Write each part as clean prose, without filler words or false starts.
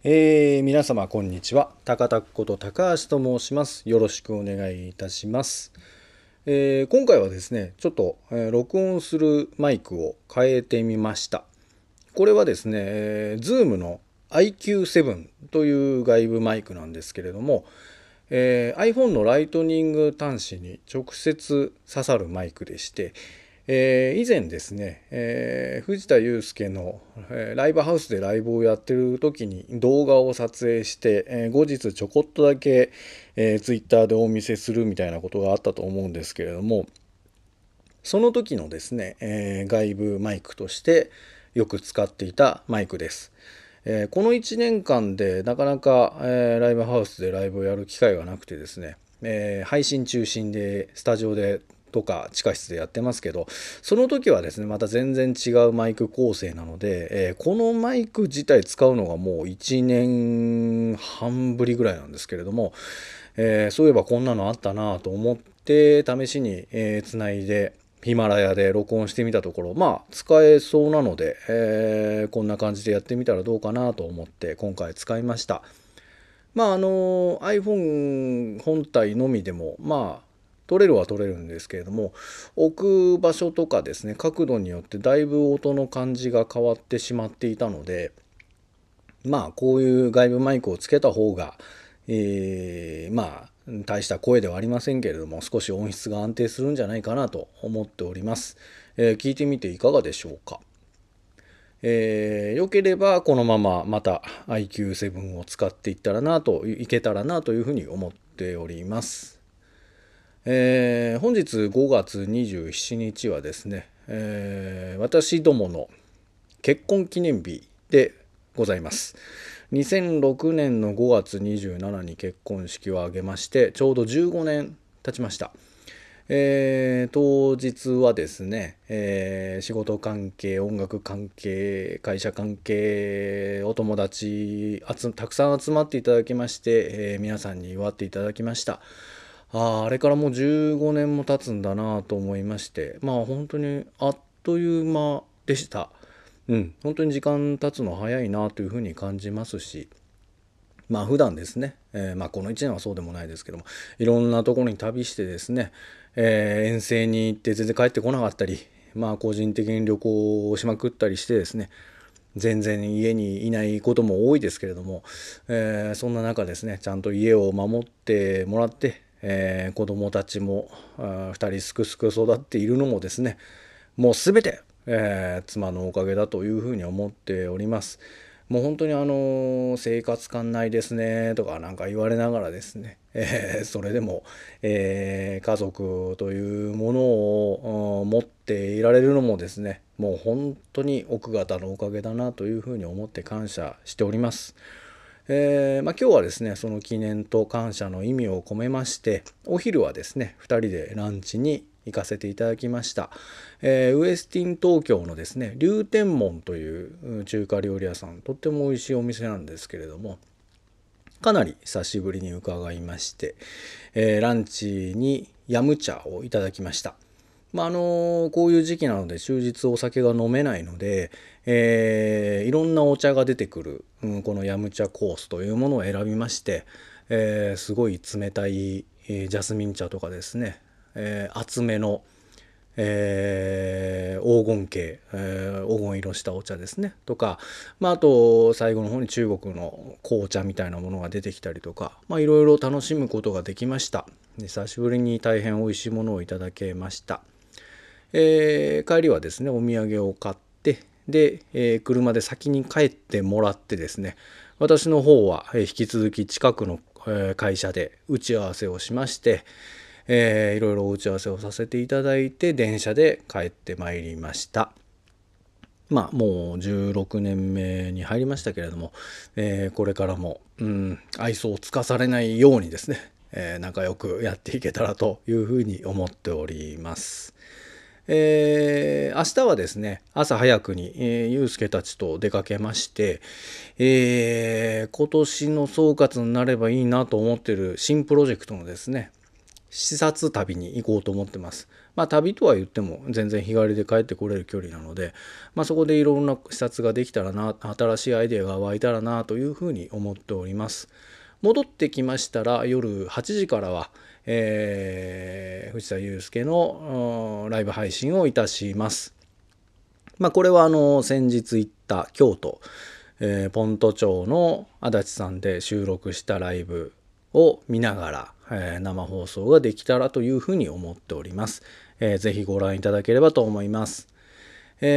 皆様こんにちは。高田こと高橋と申します。よろしくお願いいたします。今回はですね、ちょっと、録音するマイクを変えてみました。これはですね、Zoom の IQ7 という外部マイクなんですけれども、iPhone のライトニング端子に直接刺さるマイクでして、以前ですね、藤田祐介の、ライブハウスでライブをやってる時に動画を撮影して、後日ちょこっとだけ、Twitter でお見せするみたいなことがあったと思うんですけれども、その時のですね、外部マイクとしてよく使っていたマイクです。この1年間でなかなか、ライブハウスでライブをやる機会がなくてですね、配信中心でスタジオでとか地下室でやってますけど、その時はですねまた全然違うマイク構成なので、このマイク自体使うのがもう1年半ぶりぐらいなんですけれども、そういえばこんなのあったなと思って試しに、つないでヒマラヤで録音してみたところ、まあ使えそうなので、こんな感じでやってみたらどうかなと思って今回使いました。まあiPhone 本体のみでもまあ撮れるは撮れるんですけれども、置く場所とかですね角度によってだいぶ音の感じが変わってしまっていたので、まあこういう外部マイクをつけた方が、まあ大した声ではありませんけれども少し音質が安定するんじゃないかなと思っております。聞いてみていかがでしょうか。良ければこのまままた IQ7 を使っていけたらなというふうに思っております。本日5月27日はですね、私どもの結婚記念日でございます。2006年の5月27に結婚式を挙げまして、ちょうど15年経ちました。当日はですね、仕事関係、音楽関係、会社関係、お友達たくさん集まっていただきまして、皆さんに祝っていただきました。あれからもう15年も経つんだなと思いまして、まあ本当にあっという間でした。本当に時間経つの早いなというふうに感じますし、まあ普段ですね、まあこの1年はそうでもないですけども、いろんなところに旅してですね、遠征に行って全然帰ってこなかったり、まあ個人的に旅行をしまくったりしてですね、全然家にいないことも多いですけれども、そんな中ですねちゃんと家を守ってもらって、子供たちも2人すくすく育っているのもですねもう全て、妻のおかげだというふうに思っております。もう本当に生活感ないですねとかなんか言われながらですね、それでも、家族というものを持っていられるのもですねもう本当に奥方のおかげだなというふうに思って感謝しております。今日はですねその記念と感謝の意味を込めましてお昼はですね2人でランチに行かせていただきました。ウエスティン東京のですね龍天門という中華料理屋さん、とっても美味しいお店なんですけれども、かなり久しぶりに伺いまして、ランチにヤムチャをいただきました。こういう時期なので終日お酒が飲めないので、いろんなお茶が出てくる、このヤムチャコースというものを選びまして、すごい冷たい、ジャスミン茶とかですね、厚めの、黄金系、黄金色したお茶ですねとか、あと最後の方に中国の紅茶みたいなものが出てきたりとか、いろいろ楽しむことができました。久しぶりに大変美味しいものをいただけました。帰りはですねお土産を買ってで、車で先に帰ってもらってですね、私の方は引き続き近くの会社で打ち合わせをしまして、いろいろ打ち合わせをさせていただいて電車で帰ってまいりました。もう16年目に入りましたけれども、これからも、愛想をつかされないようにですね、仲良くやっていけたらというふうに思っております。明日はですね朝早くに、ゆうすけたちと出かけまして、今年の総括になればいいなと思っている新プロジェクトのですね視察旅に行こうと思ってます。旅とは言っても全然日帰りで帰ってこれる距離なので、そこでいろんな視察ができたらな、新しいアイデアが湧いたらなというふうに思っております。戻ってきましたら夜8時からは、藤田祐介のライブ配信をいたします。これは先日行った京都、ポント町の足立さんで収録したライブを見ながら、生放送ができたらというふうに思っております。ぜひご覧いただければと思います。今日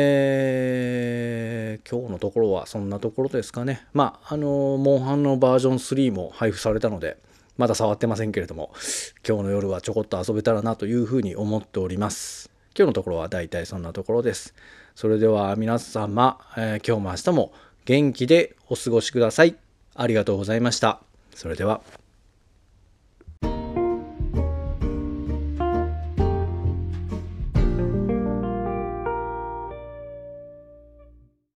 のところはそんなところですかね。モンハンのバージョン3も配布されたので、まだ触ってませんけれども、今日の夜はちょこっと遊べたらなというふうに思っております。今日のところはだいたいそんなところです。それでは皆様、今日も明日も元気でお過ごしください。ありがとうございました。それでは。